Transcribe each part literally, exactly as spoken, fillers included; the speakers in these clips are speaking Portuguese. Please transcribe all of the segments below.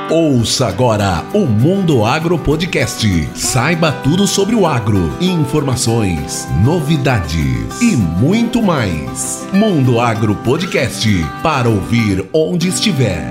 Ouça agora o Mundo Agro Podcast. Saiba tudo sobre o agro, informações, novidades e muito mais. Mundo Agro Podcast, para ouvir onde estiver.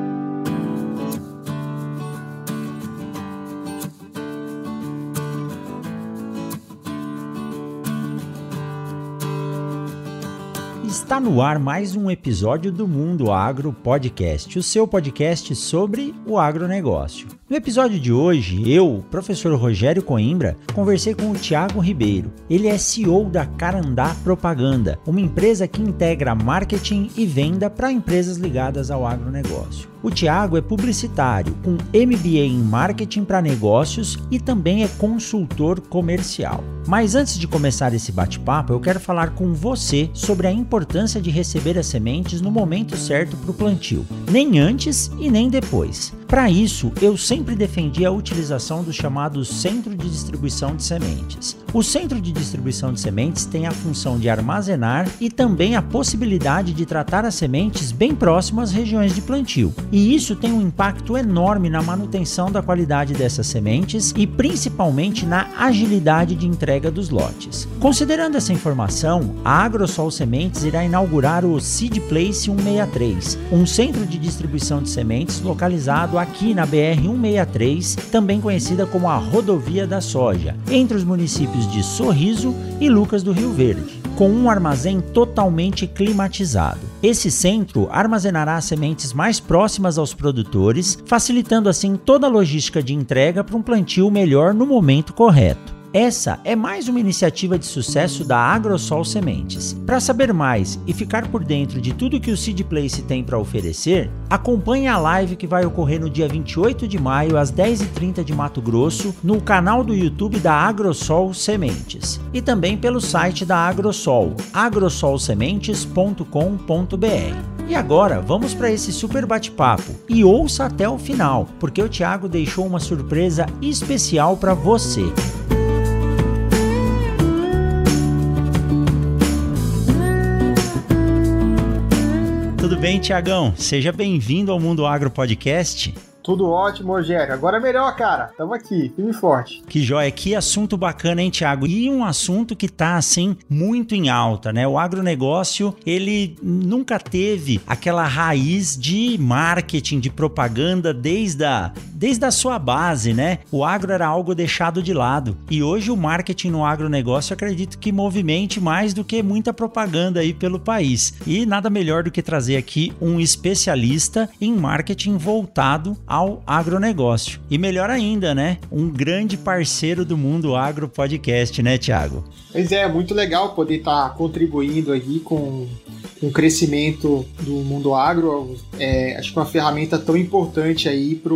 Está no ar mais um episódio do Mundo Agro Podcast, o seu podcast sobre o agronegócio. No episódio de hoje, eu, professor Rogério Coimbra, conversei com o Thiago Ribeiro. Ele é C E O da Carandá Propaganda, uma empresa que integra marketing e venda para empresas ligadas ao agronegócio. O Thiago é publicitário, com M B A em marketing para negócios e também é consultor comercial. Mas antes de começar esse bate-papo, eu quero falar com você sobre a importância de receber as sementes no momento certo para o plantio, nem antes e nem depois. Para isso, eu sempre defendi a utilização do chamado Centro de Distribuição de Sementes. O Centro de Distribuição de Sementes tem a função de armazenar e também a possibilidade de tratar as sementes bem próximo às regiões de plantio. E isso tem um impacto enorme na manutenção da qualidade dessas sementes e principalmente na agilidade de entrega dos lotes. Considerando essa informação, a Agrosol Sementes irá inaugurar o Seed Place cento e sessenta e três, um centro de distribuição de sementes localizado aqui na B R cento e sessenta e três, também conhecida como a Rodovia da Soja, entre os municípios de Sorriso e Lucas do Rio Verde, com um armazém totalmente climatizado. Esse centro armazenará as sementes mais próximas aos produtores, facilitando assim toda a logística de entrega para um plantio melhor no momento correto. Essa é mais uma iniciativa de sucesso da Agrosol Sementes. Para saber mais e ficar por dentro de tudo que o Seed Place tem para oferecer, acompanhe a live que vai ocorrer no dia vinte e oito de maio, às dez e trinta de Mato Grosso, no canal do YouTube da Agrosol Sementes e também pelo site da Agrosol, agrosol sementes ponto com ponto b r. E agora, vamos para esse super bate-papo e ouça até o final, porque o Thiago deixou uma surpresa especial para você. Tudo bem, Thiagão? Seja bem-vindo ao Mundo Agro Podcast. Tudo ótimo, Rogério. Agora é melhor, cara. Tamo aqui, firme e forte. Que joia, que assunto bacana, hein, Thiago? E um assunto que tá, assim, muito em alta, né? O agronegócio, ele nunca teve aquela raiz de marketing, de propaganda desde a, desde a sua base, né? O agro era algo deixado de lado. E hoje o marketing no agronegócio, eu acredito que movimente mais do que muita propaganda aí pelo país. E nada melhor do que trazer aqui um especialista em marketing voltado a ao agronegócio. E melhor ainda, né? Um grande parceiro do Mundo Agro Podcast, né, Thiago? Pois é, muito legal poder estar contribuindo aí com o crescimento do Mundo Agro. É, acho que uma ferramenta tão importante aí para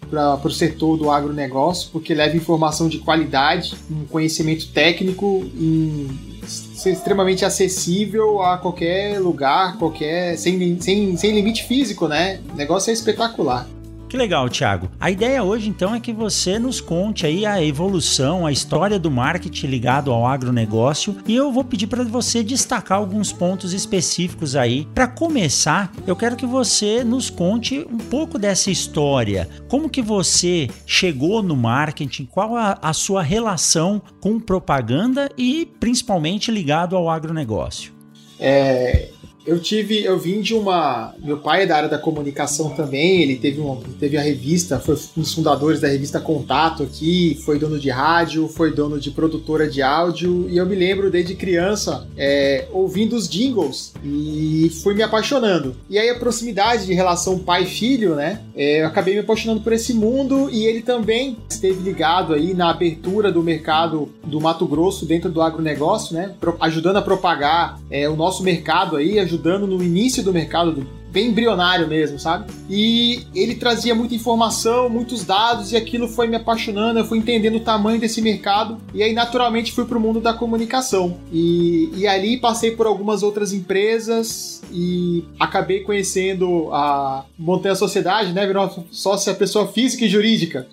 o setor do agronegócio, porque leva informação de qualidade, um conhecimento técnico em ser extremamente acessível a qualquer lugar, qualquer sem, sem, sem limite físico, né? O negócio é espetacular. Que legal, Thiago. A ideia hoje, então, é que você nos conte aí a evolução, a história do marketing ligado ao agronegócio, e eu vou pedir para você destacar alguns pontos específicos aí. Para começar, eu quero que você nos conte um pouco dessa história. Como que você chegou no marketing? Qual a, a sua relação com propaganda e, principalmente, ligado ao agronegócio? É... Eu tive, eu vim de uma... Meu pai é da área da comunicação também, ele teve, uma, teve a revista, foi um dos fundadores da revista Contato aqui, foi dono de rádio, foi dono de produtora de áudio, e eu me lembro desde criança é, ouvindo os jingles e fui me apaixonando. E aí a proximidade de relação pai-filho, né? É, eu acabei me apaixonando por esse mundo, e ele também esteve ligado aí na abertura do mercado do Mato Grosso dentro do agronegócio, né? Pro, ajudando a propagar é, o nosso mercado aí, ajudando no início do mercado, do, bem embrionário mesmo, sabe? E ele trazia muita informação, muitos dados, e aquilo foi me apaixonando, eu fui entendendo o tamanho desse mercado, e aí naturalmente fui pro mundo da comunicação. E, e ali passei por algumas outras empresas, e acabei conhecendo a... montei a sociedade, né? Virou sócia pessoa física e jurídica.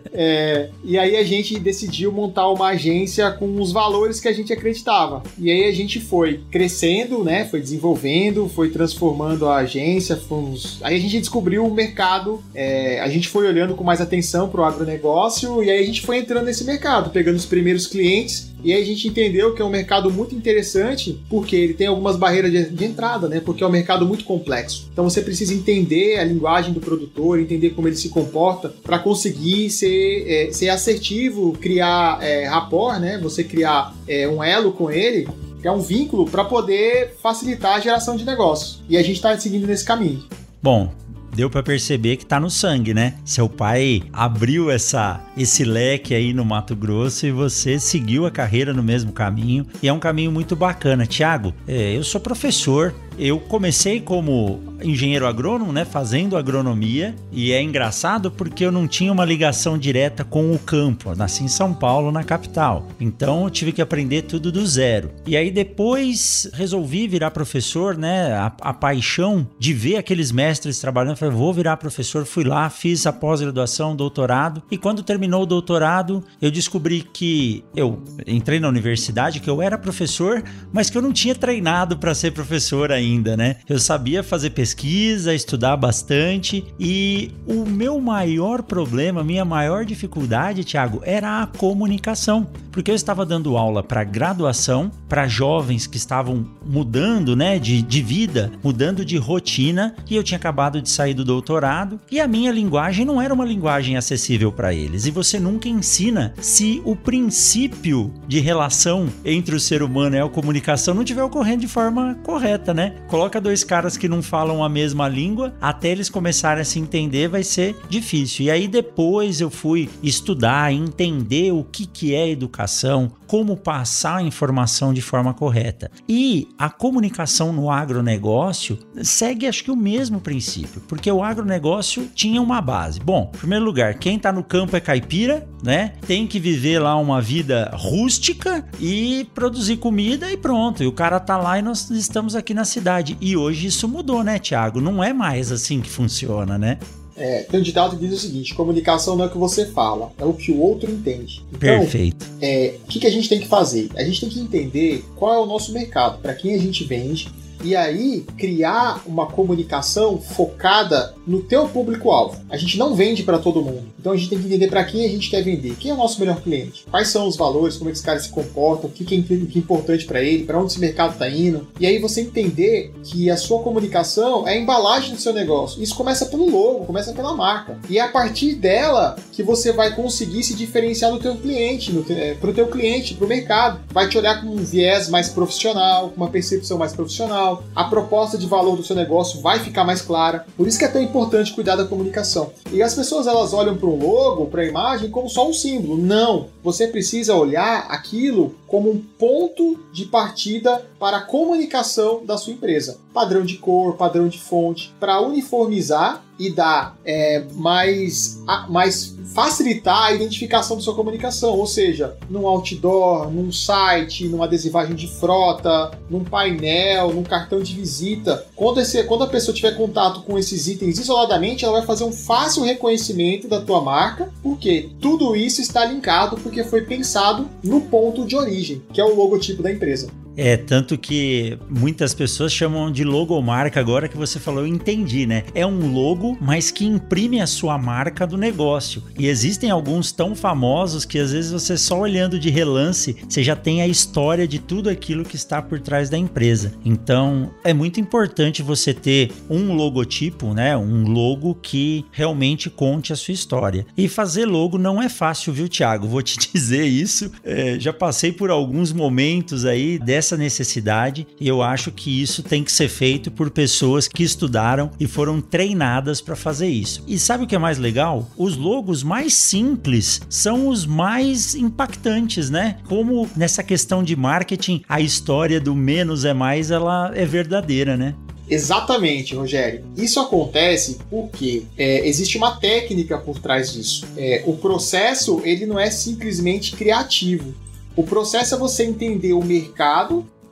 é, e aí a gente decidiu montar uma agência com os valores que a gente acreditava. E aí a gente foi crescendo, né? Foi desenvolvendo, foi transformando a agência. Fomos... Aí a gente descobriu o mercado, é, a gente foi olhando com mais atenção para o agronegócio e aí a gente foi entrando nesse mercado, pegando os primeiros clientes. E aí a gente entendeu que é um mercado muito interessante porque ele tem algumas barreiras de, de entrada, né? Porque é um mercado muito complexo. Então você precisa entender a linguagem do produtor, entender como ele se comporta para conseguir ser, é, ser assertivo, criar é, rapport, né? Você criar é, um elo com ele, criar um vínculo para poder facilitar a geração de negócios. E a gente está seguindo nesse caminho. Bom, deu para perceber que tá no sangue, né? Seu pai abriu essa, esse leque aí no Mato Grosso e você seguiu a carreira no mesmo caminho. E é um caminho muito bacana. Tiago, é, eu sou professor. Eu comecei como engenheiro agrônomo, né, fazendo agronomia, e é engraçado porque eu não tinha uma ligação direta com o campo. Eu nasci em São Paulo, na capital, então eu tive que aprender tudo do zero. E aí depois resolvi virar professor, né, a, a paixão de ver aqueles mestres trabalhando, falei, vou virar professor, fui lá, fiz a pós-graduação, doutorado, e quando terminou o doutorado, eu descobri que eu entrei na universidade, que eu era professor, mas que eu não tinha treinado para ser professor ainda. Ainda, né? Eu sabia fazer pesquisa, estudar bastante e o meu maior problema, minha maior dificuldade, Tiago, era a comunicação, porque eu estava dando aula para graduação, para jovens que estavam mudando, né, de, de vida, mudando de rotina, e eu tinha acabado de sair do doutorado e a minha linguagem não era uma linguagem acessível para eles, e você nunca ensina se o princípio de relação entre o ser humano e a comunicação não estiver ocorrendo de forma correta, né? Coloca dois caras que não falam a mesma língua, até eles começarem a se entender vai ser difícil. E aí depois eu fui estudar, entender o que, que é educação, como passar a informação de forma correta. E a comunicação no agronegócio segue, acho que, o mesmo princípio, porque o agronegócio tinha uma base. Bom, em primeiro lugar, quem está no campo é caipira, né? Tem que viver lá uma vida rústica e produzir comida e pronto. E o cara tá lá e nós estamos aqui na cidade. E hoje isso mudou, né, Tiago? Não é mais assim que funciona, né? É, tem um ditado que diz o seguinte: comunicação não é o que você fala, é o que o outro entende. Então, perfeito. É, o que, que a gente tem que fazer? A gente tem que entender qual é o nosso mercado, para quem a gente vende, e aí criar uma comunicação focada no teu público-alvo. A gente não vende para todo mundo, então a gente tem que entender para quem a gente quer vender, quem é o nosso melhor cliente, quais são os valores, como é que esse cara se comporta, o que é importante para ele, para onde esse mercado está indo, e aí você entender que a sua comunicação é a embalagem do seu negócio. Isso começa pelo logo, começa pela marca, e é a partir dela que você vai conseguir se diferenciar do teu cliente, para o teu cliente, para o mercado. Vai te olhar com um viés mais profissional, com uma percepção mais profissional, a proposta de valor do seu negócio vai ficar mais clara. Por isso que é tão importante cuidar da comunicação. E as pessoas, elas olham para o logo, para a imagem, como só um símbolo. Não! Você precisa olhar aquilo como um ponto de partida para a comunicação da sua empresa. Padrão de cor, padrão de fonte, para uniformizar e dar é, mais, a, mais facilitar a identificação da sua comunicação, ou seja, num outdoor, num site, numa adesivagem de frota, num painel, num cartão de visita. Quando, esse, quando a pessoa tiver contato com esses itens isoladamente, ela vai fazer um fácil reconhecimento da tua marca, porque tudo isso está linkado, porque foi pensado no ponto de origem, que é o logotipo da empresa. É, tanto que muitas pessoas chamam de logomarca, agora que você falou, eu entendi, né? É um logo, mas que imprime a sua marca do negócio. E existem alguns tão famosos que às vezes você só olhando de relance, você já tem a história de tudo aquilo que está por trás da empresa. Então, é muito importante você ter um logotipo, né? Um logo que realmente conte a sua história. E fazer logo não é fácil, viu, Tiago? Vou te dizer isso. É, já passei por alguns momentos aí dessa essa necessidade, e eu acho que isso tem que ser feito por pessoas que estudaram e foram treinadas para fazer isso. E sabe o que é mais legal? Os logos mais simples são os mais impactantes, né? Como nessa questão de marketing, a história do menos é mais, ela é verdadeira, né? Exatamente, Rogério. Isso acontece porque é, existe uma técnica por trás disso. É, o processo, ele não é simplesmente criativo. O processo é você entender o mercado,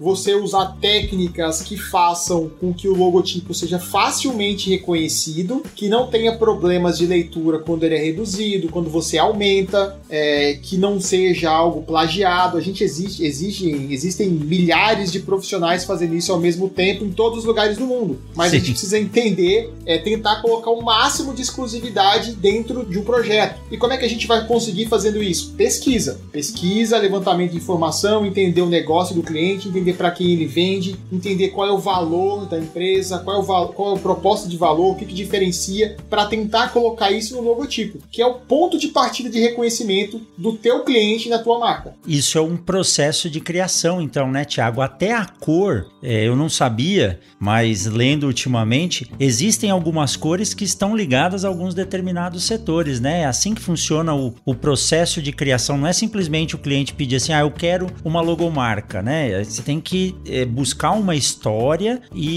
você usar técnicas que façam com que o logotipo seja facilmente reconhecido, que não tenha problemas de leitura quando ele é reduzido, quando você aumenta, é, que não seja algo plagiado. A gente existe, exige, existem milhares de profissionais fazendo isso ao mesmo tempo em todos os lugares do mundo, mas Sim. a gente precisa entender, é, tentar colocar o máximo de exclusividade dentro de um projeto. E como é que a gente vai conseguir fazendo isso? Pesquisa. Pesquisa, levantamento de informação, entender o negócio do cliente, entender para quem ele vende, entender qual é o valor da empresa, qual é o, val- qual é o propósito de valor, o que, que diferencia, para tentar colocar isso no logotipo, que é o ponto de partida de reconhecimento do teu cliente na tua marca. Isso é um processo de criação, então, né, Thiago? Até a cor, é, eu não sabia, mas lendo ultimamente, existem algumas cores que estão ligadas a alguns determinados setores, né? É assim que funciona o, o processo de criação. Não é simplesmente o cliente pedir assim, ah, eu quero uma logomarca, né? Você tem que é, buscar uma história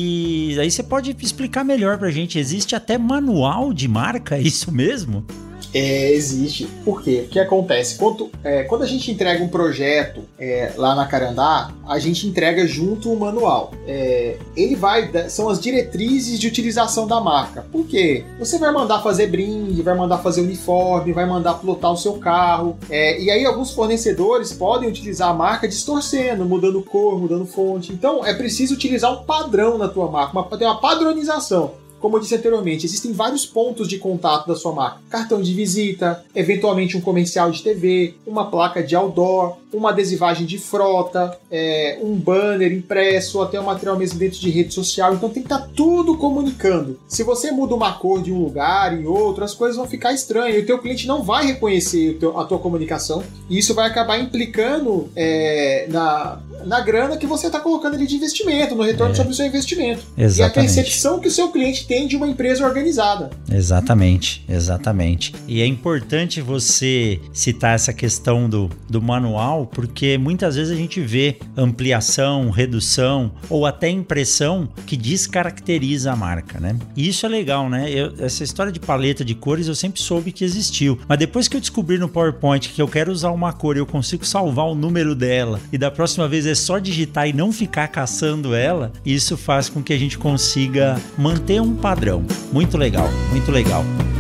e aí você pode explicar melhor pra gente. Existe até manual de marca, é isso mesmo? É, existe. Por quê? O que acontece? Quando, é, quando a gente entrega um projeto é, lá na Carandá, a gente entrega junto o manual. É, ele vai, são as diretrizes de utilização da marca. Por quê? Você vai mandar fazer brinde, vai mandar fazer uniforme, vai mandar plotar o seu carro. É, e aí alguns fornecedores podem utilizar a marca distorcendo, mudando cor, mudando fonte. Então é preciso utilizar um padrão na tua marca, uma, ter uma padronização. Como eu disse anteriormente, existem vários pontos de contato da sua marca. Cartão de visita, eventualmente um comercial de T V, uma placa de outdoor, uma adesivagem de frota, é, um banner impresso, até um material mesmo dentro de rede social. Então tem que estar tudo comunicando. Se você muda uma cor de um lugar em outro, as coisas vão ficar estranhas e o teu cliente não vai reconhecer o teu, a tua comunicação. E isso vai acabar implicando é, na, na grana que você está colocando ali de investimento, no retorno é. sobre o seu investimento. Exatamente. E a percepção que o seu cliente tem de uma empresa organizada. Exatamente, exatamente. E é importante você citar essa questão do, do manual, porque muitas vezes a gente vê ampliação, redução ou até impressão que descaracteriza a marca, né? E isso é legal, né? Eu, essa história de paleta de cores eu sempre soube que existiu, mas depois que eu descobri no PowerPoint que eu quero usar uma cor e eu consigo salvar o número dela e da próxima vez é só digitar e não ficar caçando ela, isso faz com que a gente consiga manter um padrão. Muito legal, muito legal.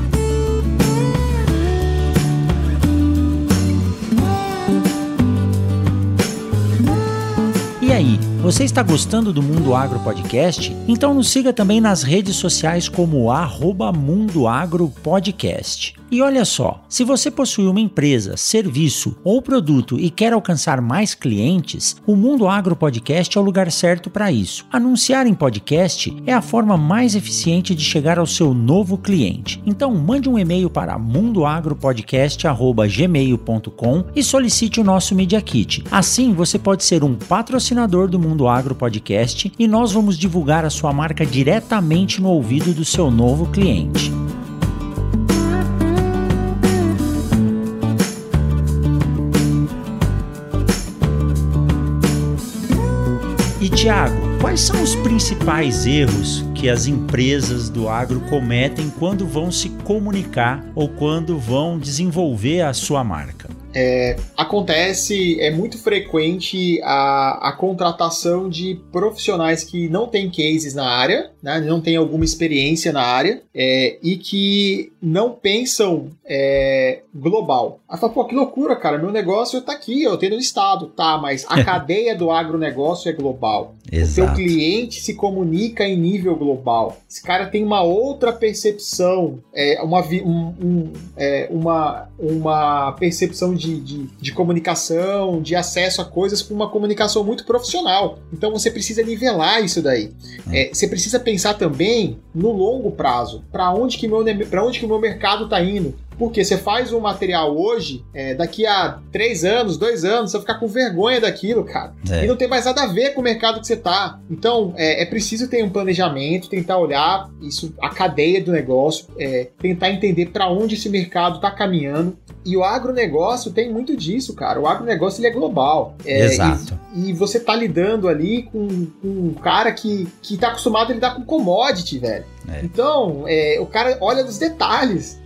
E aí, você está gostando do Mundo Agro Podcast? Então nos siga também nas redes sociais como arroba Mundo Agro Podcast. E olha só, se você possui uma empresa, serviço ou produto e quer alcançar mais clientes, o Mundo Agro Podcast é o lugar certo para isso. Anunciar em podcast é a forma mais eficiente de chegar ao seu novo cliente. Então mande um e-mail para mundoagropodcast arroba gmail ponto com e solicite o nosso Media Kit. Assim você pode ser um patrocinador do Mundo Agro Podcast e nós vamos divulgar a sua marca diretamente no ouvido do seu novo cliente. E Thiago, quais são os principais erros que as empresas do agro cometem quando vão se comunicar ou quando vão desenvolver a sua marca? É, acontece, é muito frequente a, a contratação de profissionais que não têm cases na área, né, não têm alguma experiência na área é, e que não pensam é, global. Aí fala, pô, que loucura, cara, meu negócio tá aqui, eu tenho no estado, tá, mas a cadeia do agronegócio é global. Exato. O seu cliente se comunica em nível global. Esse cara tem uma outra percepção, é, uma, um, um, é, uma, uma percepção de De, de, de comunicação, de acesso a coisas com uma comunicação muito profissional. Então você precisa nivelar isso daí. É, você precisa pensar também no longo prazo. Para onde que meu, para onde que o meu mercado está indo? Porque você faz um material hoje, é, daqui a três anos, dois anos, você vai ficar com vergonha daquilo, cara. É. E não tem mais nada a ver com o mercado que você tá. Então, é, é preciso ter um planejamento, tentar olhar isso, a cadeia do negócio, é, tentar entender para onde esse mercado tá caminhando. E o agronegócio tem muito disso, cara. O agronegócio ele é global. É, Exato. E, e você tá lidando ali com, com um cara que, que tá acostumado a lidar com commodity, velho. É. Então, é, o cara olha nos detalhes.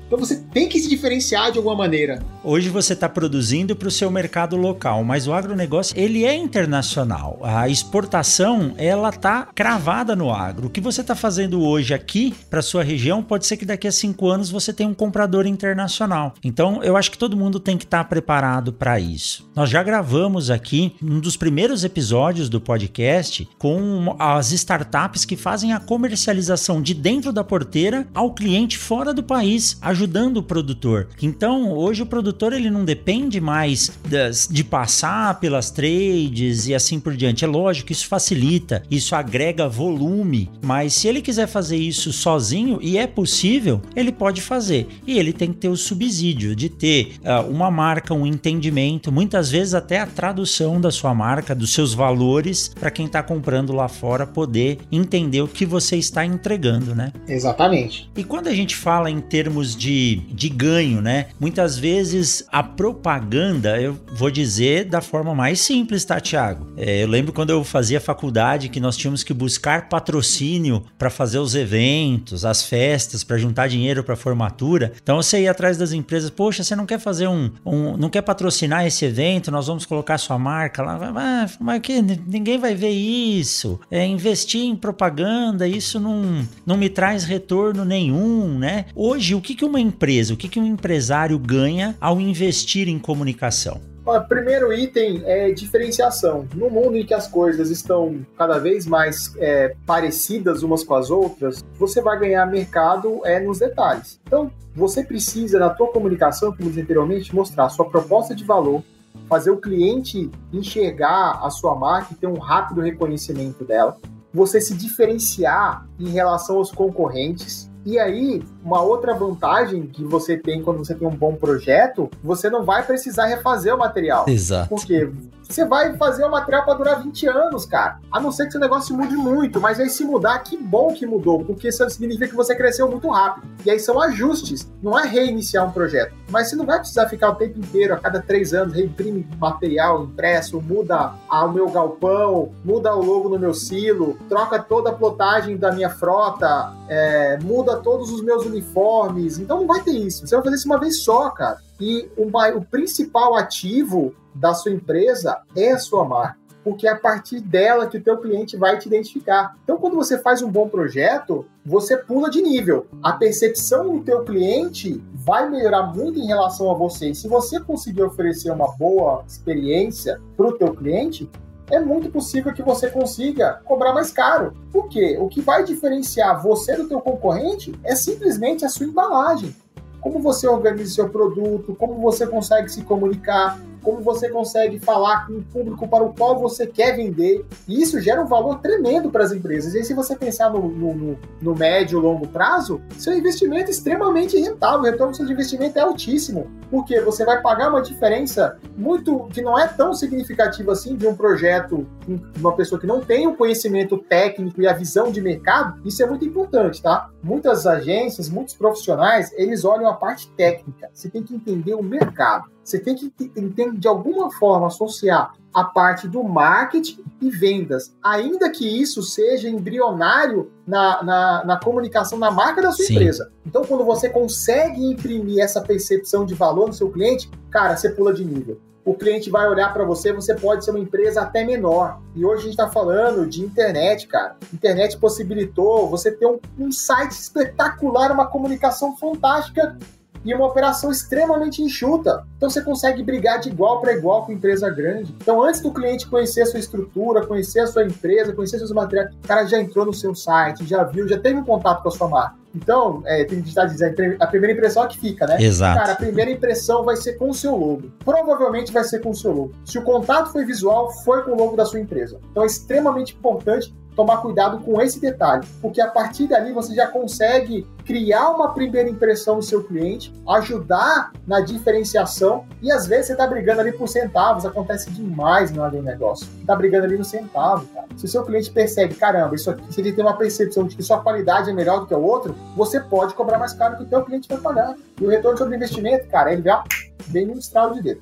Então você tem que se diferenciar de alguma maneira. Hoje você está produzindo para o seu mercado local, mas o agronegócio ele é internacional. A exportação ela está cravada no agro. O que você está fazendo hoje aqui para sua região pode ser que daqui a cinco anos você tenha um comprador internacional. Então eu acho que todo mundo tem que estar preparado para isso. Nós já gravamos aqui um dos primeiros episódios do podcast com as startups que fazem a comercialização de dentro da porteira ao cliente fora do país, ajudando o produtor. Então, hoje o produtor ele não depende mais das, de passar pelas trades e assim por diante. É lógico que isso facilita, isso agrega volume, mas se ele quiser fazer isso sozinho, e é possível, ele pode fazer. E ele tem que ter o subsídio de ter uh, uma marca, um entendimento, muitas vezes até a tradução da sua marca, dos seus valores, para quem está comprando lá fora poder entender o que você está entregando, né? Exatamente. E quando a gente fala em termos de, de ganho, né? Muitas vezes a propaganda, eu vou dizer da forma mais simples, tá, Thiago? É, eu lembro quando eu fazia faculdade que nós tínhamos que buscar patrocínio para fazer os eventos, as festas, para juntar dinheiro para formatura. Então você ia atrás das empresas, poxa, você não quer fazer um, um não quer patrocinar esse evento? Nós vamos colocar sua marca lá. Mas, mas que ninguém vai ver isso. É, investir em propaganda, isso não, não me traz retorno nenhum, né? Hoje, o que, que uma empresa, o que, que um empresário ganha ao investir em comunicação? O primeiro item é diferenciação. No mundo em que as coisas estão cada vez mais é, parecidas umas com as outras, você vai ganhar mercado é, nos detalhes. Então, você precisa, na tua comunicação, como disse anteriormente, mostrar a sua proposta de valor, fazer o cliente enxergar a sua marca e ter um rápido reconhecimento dela, você se diferenciar em relação aos concorrentes. E aí, uma outra vantagem que você tem quando você tem um bom projeto, você não vai precisar refazer o material. Exato. Porque você vai fazer o material para durar vinte anos, cara. A não ser que seu negócio mude muito, mas aí se mudar, que bom que mudou, porque isso significa que você cresceu muito rápido. E aí são ajustes, não é reiniciar um projeto. Mas você não vai precisar ficar o tempo inteiro, a cada três anos, reimprime material impresso, muda o meu galpão, muda o logo no meu silo, troca toda a plotagem da minha frota, é, muda todos os meus uniformes. Então não vai ter isso. Você vai fazer isso uma vez só, cara. E uma, o principal ativo da sua empresa é a sua marca, porque é a partir dela que o teu cliente vai te identificar. Então, quando você faz um bom projeto, você pula de nível. A percepção do teu cliente vai melhorar muito em relação a você. E se você conseguir oferecer uma boa experiência para o teu cliente, é muito possível que você consiga cobrar mais caro. Por quê? O que vai diferenciar você do teu concorrente é simplesmente a sua embalagem. Como você organiza o seu produto, como você consegue se comunicar, como você consegue falar com o público para o qual você quer vender. E isso gera um valor tremendo para as empresas. E aí, se você pensar no, no, no médio e longo prazo, seu investimento é extremamente rentável, o retorno do seu investimento é altíssimo, porque você vai pagar uma diferença muito, que não é tão significativa assim de um projeto de uma pessoa que não tem o conhecimento técnico e a visão de mercado. Isso é muito importante, tá? Muitas agências, muitos profissionais, eles olham a parte técnica. Você tem que entender o mercado. Você tem que, tem, de alguma forma, associar a parte do marketing e vendas, ainda que isso seja embrionário na, na, na comunicação na marca da sua Sim. empresa. Então, quando você consegue imprimir essa percepção de valor no seu cliente, cara, você pula de nível. O cliente vai olhar para você, você pode ser uma empresa até menor. E hoje a gente está falando de internet, cara. Internet possibilitou você ter um, um site espetacular, uma comunicação fantástica e uma operação extremamente enxuta. Então você consegue brigar de igual para igual com empresa grande. Então, antes do cliente conhecer a sua estrutura, conhecer a sua empresa, conhecer seus materiais, o cara já entrou no seu site, já viu, já teve um contato com a sua marca. Então, é, tem que estar dizendo, a primeira impressão é que fica, né? Exato. Cara, a primeira impressão vai ser com o seu logo. Provavelmente vai ser com o seu logo. Se o contato foi visual, foi com o logo da sua empresa. Então é extremamente importante tomar cuidado com esse detalhe, porque a partir dali você já consegue criar uma primeira impressão no seu cliente, ajudar na diferenciação, e às vezes você tá brigando ali por centavos, acontece demais no negócio. Você tá brigando ali no centavo, cara. Se o seu cliente percebe, caramba, isso aqui, se ele tem uma percepção de que sua qualidade é melhor do que o outro, você pode cobrar mais caro que o teu cliente vai pagar. E o retorno sobre o investimento, cara, ele vai bem no estralo de dedo.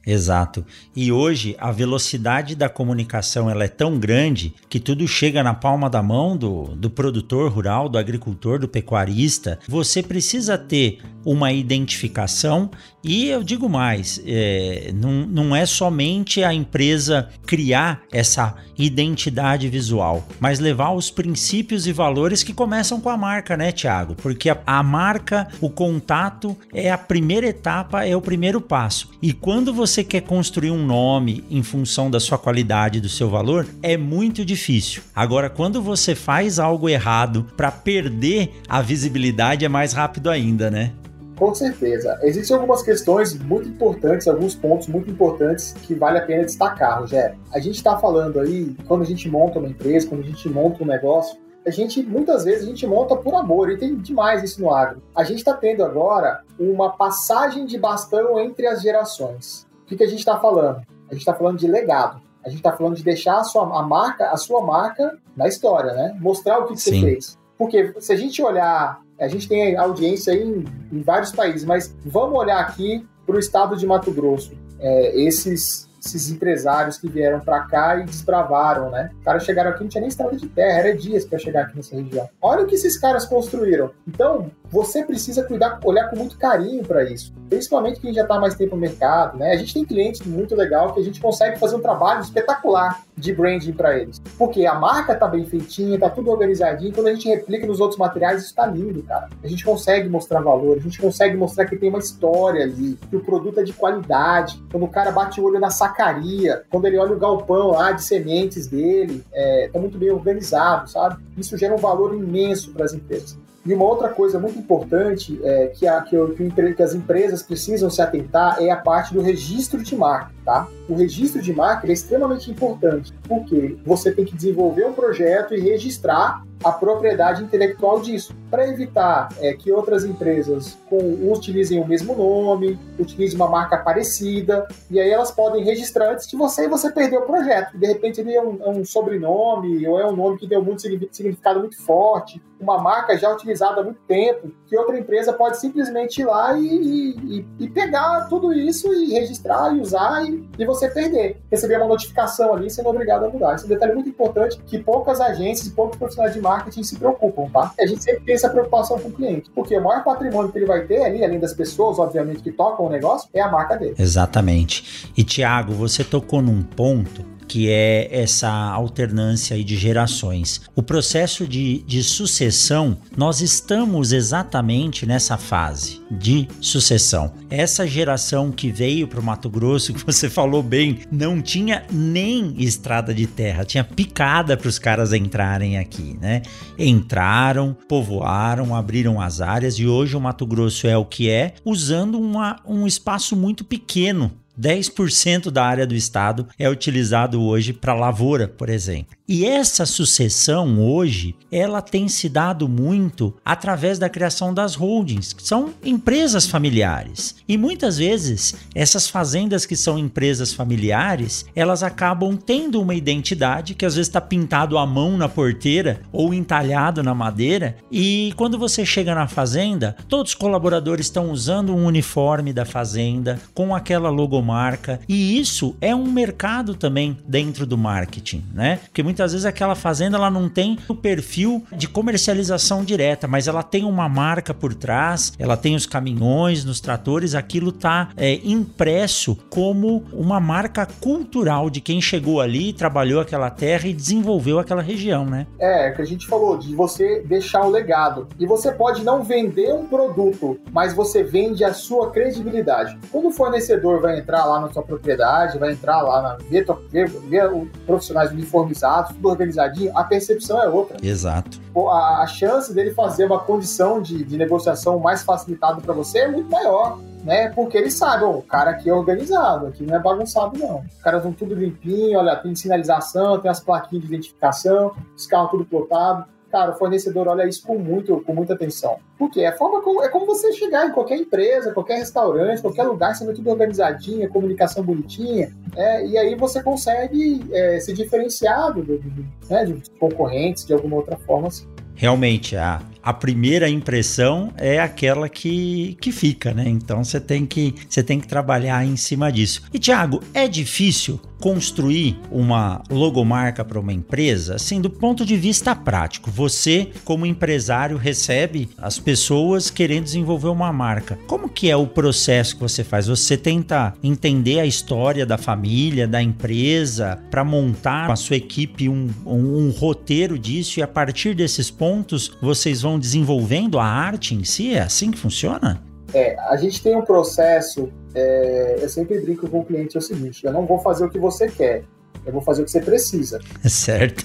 Exato. E hoje a velocidade da comunicação ela é tão grande que tudo chega na palma da mão do, do produtor rural, do agricultor, do pecuarista. Você precisa ter uma identificação e eu digo mais, é, não, não é somente a empresa criar essa identidade visual, mas levar os princípios e valores que começam com a marca, né, Thiago? Porque a, a marca, o contato é a primeira etapa, é o primeiro passo. E quando você quer construir um nome em função da sua qualidade, do seu valor, é muito difícil. Agora, quando você faz algo errado para perder a visibilidade, é mais rápido ainda, né? Com certeza. Existem algumas questões muito importantes, alguns pontos muito importantes que vale a pena destacar, Rogério. A gente está falando aí, quando a gente monta uma empresa, quando a gente monta um negócio, a gente, muitas vezes, a gente monta por amor, e tem demais isso no agro. A gente está tendo agora uma passagem de bastão entre as gerações. O que, que a gente está falando? A gente está falando de legado. A gente está falando de deixar a sua, a marca, a sua marca na história, né? Mostrar o que, que você fez. Porque se a gente olhar, a gente tem audiência aí em, em vários países, mas vamos olhar aqui para o estado de Mato Grosso. É, esses, esses empresários que vieram para cá e desbravaram, né? Os caras chegaram aqui, não tinha nem estrada de terra, era dias para chegar aqui nessa região. Olha o que esses caras construíram. Então, você precisa cuidar, olhar com muito carinho para isso. Principalmente quem já está mais tempo no mercado, né? A gente tem clientes muito legal que a gente consegue fazer um trabalho espetacular de branding para eles. Porque a marca tá bem feitinha, tá tudo organizadinho. Quando a gente replica nos outros materiais, isso tá lindo, cara. A gente consegue mostrar valor, a gente consegue mostrar que tem uma história ali, que o produto é de qualidade. Quando o cara bate o olho na sacaria, quando ele olha o galpão lá de sementes dele, é, tá muito bem organizado, sabe? Isso gera um valor imenso para as empresas. E uma outra coisa muito importante é, que, a, que, eu, que as empresas precisam se atentar é a parte do registro de marca, tá? O registro de marca é extremamente importante, porque você tem que desenvolver um projeto e registrar a propriedade intelectual disso, para evitar é, que outras empresas com, utilizem o mesmo nome, utilizem uma marca parecida, e aí elas podem registrar antes de você e você perder o projeto. De repente ele é um, é um sobrenome, ou é um nome que deu muito significado muito forte, uma marca já utilizada há muito tempo, que outra empresa pode simplesmente ir lá e, e, e pegar tudo isso e registrar e usar e, e você perder. Receber uma notificação ali sendo obrigado a mudar. Esse é um detalhe muito importante que poucas agências e poucos profissionais de marketing se preocupam, tá? A gente sempre tem essa preocupação com o cliente, porque o maior patrimônio que ele vai ter ali, além das pessoas, obviamente, que tocam o negócio, é a marca dele. Exatamente. E, Thiago, você tocou num ponto que é essa alternância aí de gerações. O processo de, de sucessão, nós estamos exatamente nessa fase de sucessão. Essa geração que veio para o Mato Grosso, que você falou bem, não tinha nem estrada de terra, tinha picada para os caras entrarem aqui, né? Entraram, povoaram, abriram as áreas e hoje o Mato Grosso é o que é, usando uma, um espaço muito pequeno. dez por cento da área do estado é utilizado hoje para lavoura, por exemplo. E essa sucessão hoje, ela tem se dado muito através da criação das holdings, que são empresas familiares. E muitas vezes, essas fazendas que são empresas familiares, elas acabam tendo uma identidade que às vezes está pintado à mão na porteira ou entalhado na madeira. E quando você chega na fazenda, todos os colaboradores estão usando um uniforme da fazenda com aquela logomarca. E isso é um mercado também dentro do marketing, né? Porque muitas Muitas vezes aquela fazenda ela não tem o perfil de comercialização direta, mas ela tem uma marca por trás, ela tem os caminhões, nos tratores, aquilo está é, impresso como uma marca cultural de quem chegou ali, trabalhou aquela terra e desenvolveu aquela região, né? É, que a gente falou, de você deixar o legado. E você pode não vender um produto, mas você vende a sua credibilidade. Quando o fornecedor vai entrar lá na sua propriedade, vai entrar lá, na, ver, ver, ver os profissionais uniformizados, tudo organizadinho, a percepção é outra. Exato. A, a chance dele fazer uma condição de, de negociação mais facilitada para você é muito maior, né? Porque ele sabe, ó, o cara aqui é organizado, aqui não é bagunçado não. Os caras vão tudo limpinho, olha, tem sinalização, tem as plaquinhas de identificação, os carros tudo plotado. Cara, o fornecedor olha isso com, muito, com muita atenção. Porque é, forma como, é como você chegar em qualquer empresa, qualquer restaurante, qualquer lugar, sendo tudo organizadinho, comunicação bonitinha, é, e aí você consegue é, se diferenciar do, do, do, né, de concorrentes de alguma outra forma. Assim. Realmente, a, a primeira impressão é aquela que, que fica, né? Então você tem que, você tem que trabalhar em cima disso. E Thiago, é difícil construir uma logomarca para uma empresa? Assim, do ponto de vista prático, você como empresário recebe as pessoas querendo desenvolver uma marca. Como que é o processo que você faz? Você tenta entender a história da família, da empresa, para montar com a sua equipe um, um, um roteiro disso, e a partir desses pontos vocês vão desenvolvendo a arte em si? É assim que funciona? É, a gente tem um processo, é, eu sempre brinco com o cliente, é o seguinte: eu não vou fazer o que você quer, eu vou fazer o que você precisa. Certo.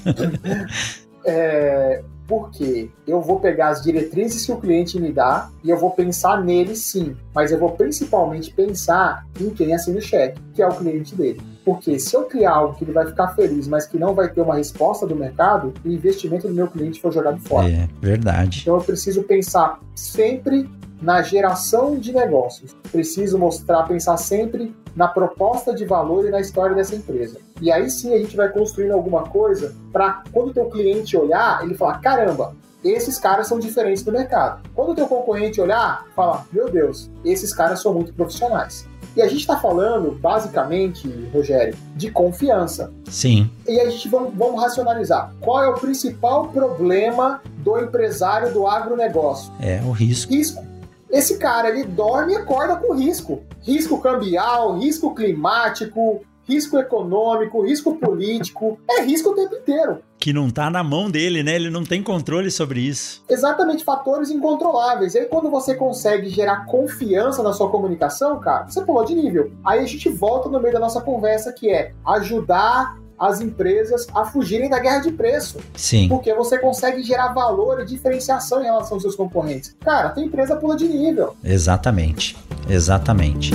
É, porque eu vou pegar as diretrizes que o cliente me dá e eu vou pensar nele sim, mas eu vou principalmente pensar em quem assina o cheque, que é o cliente dele. Porque se eu criar algo que ele vai ficar feliz, mas que não vai ter uma resposta do mercado, o investimento do meu cliente foi jogado fora. É, verdade. Então eu preciso pensar sempre na geração de negócios. Preciso mostrar, pensar sempre na proposta de valor e na história dessa empresa. E aí sim a gente vai construindo alguma coisa para quando o teu cliente olhar, ele falar: caramba, esses caras são diferentes do mercado. Quando o teu concorrente olhar, fala: meu Deus, esses caras são muito profissionais. E a gente está falando, basicamente, Rogério, de confiança. Sim. E a gente vamos, vamos racionalizar. Qual é o principal problema do empresário do agronegócio? É o risco. Risco. Esse cara, ele dorme e acorda com risco. Risco cambial, risco climático, risco econômico, risco político. É risco o tempo inteiro. Que não tá na mão dele, né? Ele não tem controle sobre isso. Exatamente, fatores incontroláveis. E aí quando você consegue gerar confiança na sua comunicação, cara, você pulou de nível. Aí a gente volta no meio da nossa conversa, que é ajudar as empresas a fugirem da guerra de preço. Sim. Porque você consegue gerar valor e diferenciação em relação aos seus concorrentes. Cara, a tua empresa pula de nível. Exatamente, exatamente.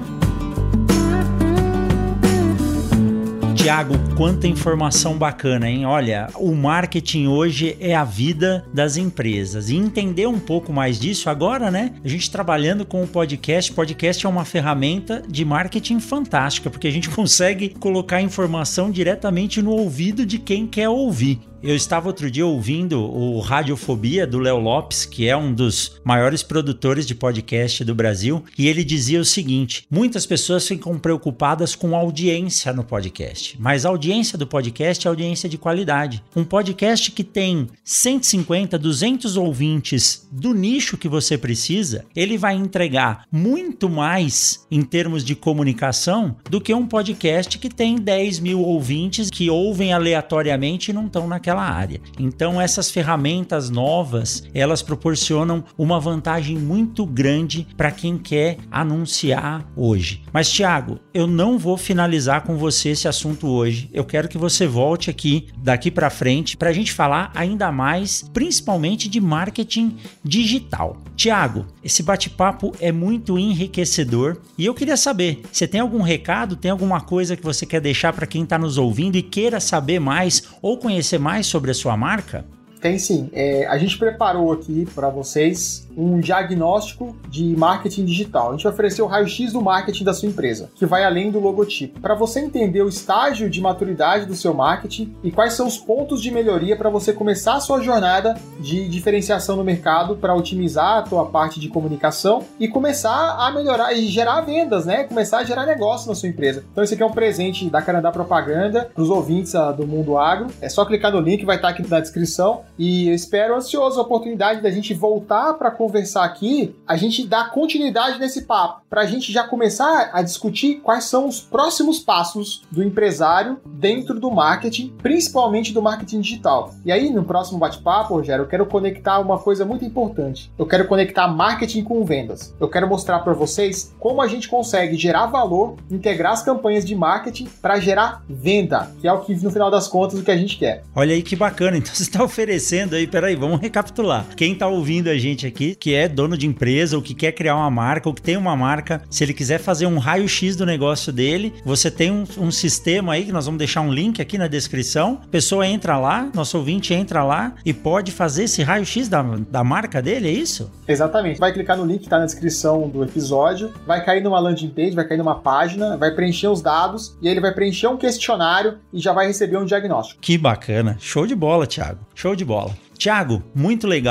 Thiago, quanta informação bacana, hein? Olha, o marketing hoje é a vida das empresas. E entender um pouco mais disso agora, né? A gente trabalhando com o podcast. Podcast é uma ferramenta de marketing fantástica, porque a gente consegue colocar informação diretamente no ouvido de quem quer ouvir. Eu estava outro dia ouvindo o Radiofobia do Léo Lopes, que é um dos maiores produtores de podcast do Brasil, e ele dizia o seguinte: muitas pessoas ficam preocupadas com audiência no podcast, mas a audiência do podcast é audiência de qualidade. Um podcast que tem cento e cinquenta, duzentos ouvintes do nicho que você precisa, ele vai entregar muito mais em termos de comunicação do que um podcast que tem dez mil ouvintes que ouvem aleatoriamente e não estão naquela área. Então essas ferramentas novas, elas proporcionam uma vantagem muito grande para quem quer anunciar hoje. Mas Thiago, eu não vou finalizar com você esse assunto hoje. Eu quero que você volte aqui daqui para frente para a gente falar ainda mais, principalmente de marketing digital. Thiago, esse bate-papo é muito enriquecedor e eu queria saber, você tem algum recado, tem alguma coisa que você quer deixar para quem está nos ouvindo e queira saber mais ou conhecer mais sobre a sua marca? Tem sim. É, a gente preparou aqui para vocês um diagnóstico de marketing digital. A gente vai oferecer o raio-x do marketing da sua empresa, que vai além do logotipo, para você entender o estágio de maturidade do seu marketing e quais são os pontos de melhoria para você começar a sua jornada de diferenciação no mercado para otimizar a sua parte de comunicação e começar a melhorar e gerar vendas, né? Começar a gerar negócio na sua empresa. Então esse aqui é um presente da Canadá Propaganda para os ouvintes uh, do Mundo Agro. É só clicar no link, vai estar aqui na descrição. E eu espero ansioso a oportunidade da gente voltar para conversar aqui, a gente dar continuidade nesse papo, para a gente já começar a discutir quais são os próximos passos do empresário dentro do marketing, principalmente do marketing digital. E aí, no próximo bate-papo, Rogério, eu quero conectar uma coisa muito importante. Eu quero conectar marketing com vendas. Eu quero mostrar para vocês como a gente consegue gerar valor, integrar as campanhas de marketing para gerar venda, que é o que, no final das contas, o que a gente quer. Olha aí que bacana. Então você está oferecendo aí, peraí, vamos recapitular. Quem está ouvindo a gente aqui, que é dono de empresa, ou que quer criar uma marca, ou que tem uma marca, se ele quiser fazer um raio-x do negócio dele, você tem um, um sistema aí, que nós vamos deixar um link aqui na descrição, a pessoa entra lá, nosso ouvinte entra lá e pode fazer esse raio-x da, da marca dele, é isso? Exatamente. Vai clicar no link que está na descrição do episódio, vai cair numa landing page, vai cair numa página, vai preencher os dados e aí ele vai preencher um questionário e já vai receber um diagnóstico. Que bacana. Show de bola, Thiago. Show de bola. Thiago, muito legal.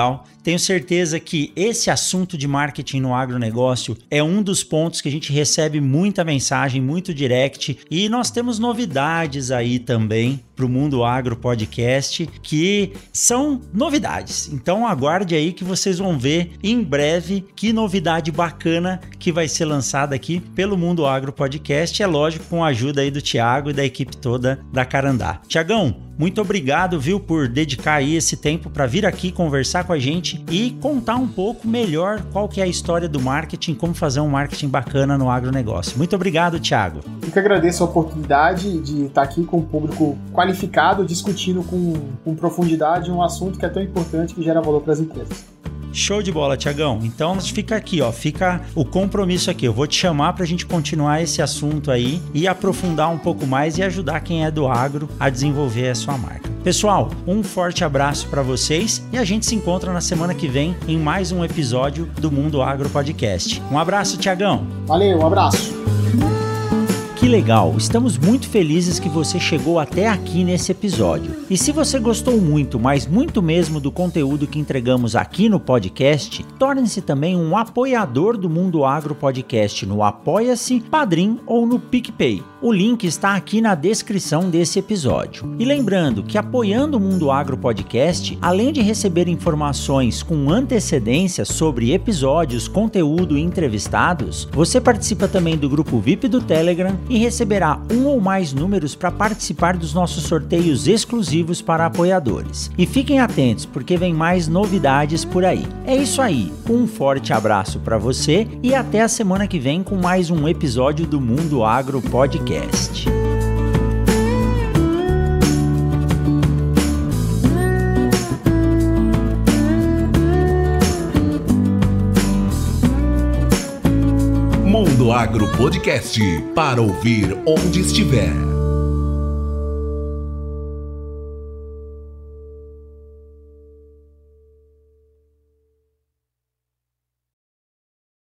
Tenho certeza que esse assunto de marketing no agronegócio é um dos pontos que a gente recebe muita mensagem, muito direct, e nós temos novidades aí também para o Mundo Agro Podcast, que são novidades. Então aguarde aí que vocês vão ver em breve que novidade bacana que vai ser lançada aqui pelo Mundo Agro Podcast, é lógico, com a ajuda aí do Thiago e da equipe toda da Carandá. Tiagão, muito obrigado, viu, por dedicar aí esse tempo para vir aqui conversar com a gente e contar um pouco melhor qual que é a história do marketing, como fazer um marketing bacana no agronegócio. Muito obrigado, Thiago. Eu que agradeço a oportunidade de estar aqui com o público qualificado, discutindo com, com profundidade um assunto que é tão importante, que gera valor para as empresas. Show de bola, Tiagão. Então fica aqui, ó, fica o compromisso aqui. Eu vou te chamar para a gente continuar esse assunto aí e aprofundar um pouco mais e ajudar quem é do agro a desenvolver a sua marca. Pessoal, um forte abraço para vocês e a gente se encontra na semana que vem em mais um episódio do Mundo Agro Podcast. Um abraço, Tiagão. Valeu, um abraço. Que legal! Estamos muito felizes que você chegou até aqui nesse episódio. E se você gostou muito, mas muito mesmo do conteúdo que entregamos aqui no podcast, torne-se também um apoiador do Mundo Agro Podcast no Apoia-se, Padrim ou no PicPay. O link está aqui na descrição desse episódio. E lembrando que apoiando o Mundo Agro Podcast, além de receber informações com antecedência sobre episódios, conteúdo e entrevistados, você participa também do grupo V I P do Telegram e receberá um ou mais números para participar dos nossos sorteios exclusivos para apoiadores. E fiquem atentos, porque vem mais novidades por aí. É isso aí, um forte abraço para você e até a semana que vem com mais um episódio do Mundo Agro Podcast. Mundo Agro Podcast, para ouvir onde estiver.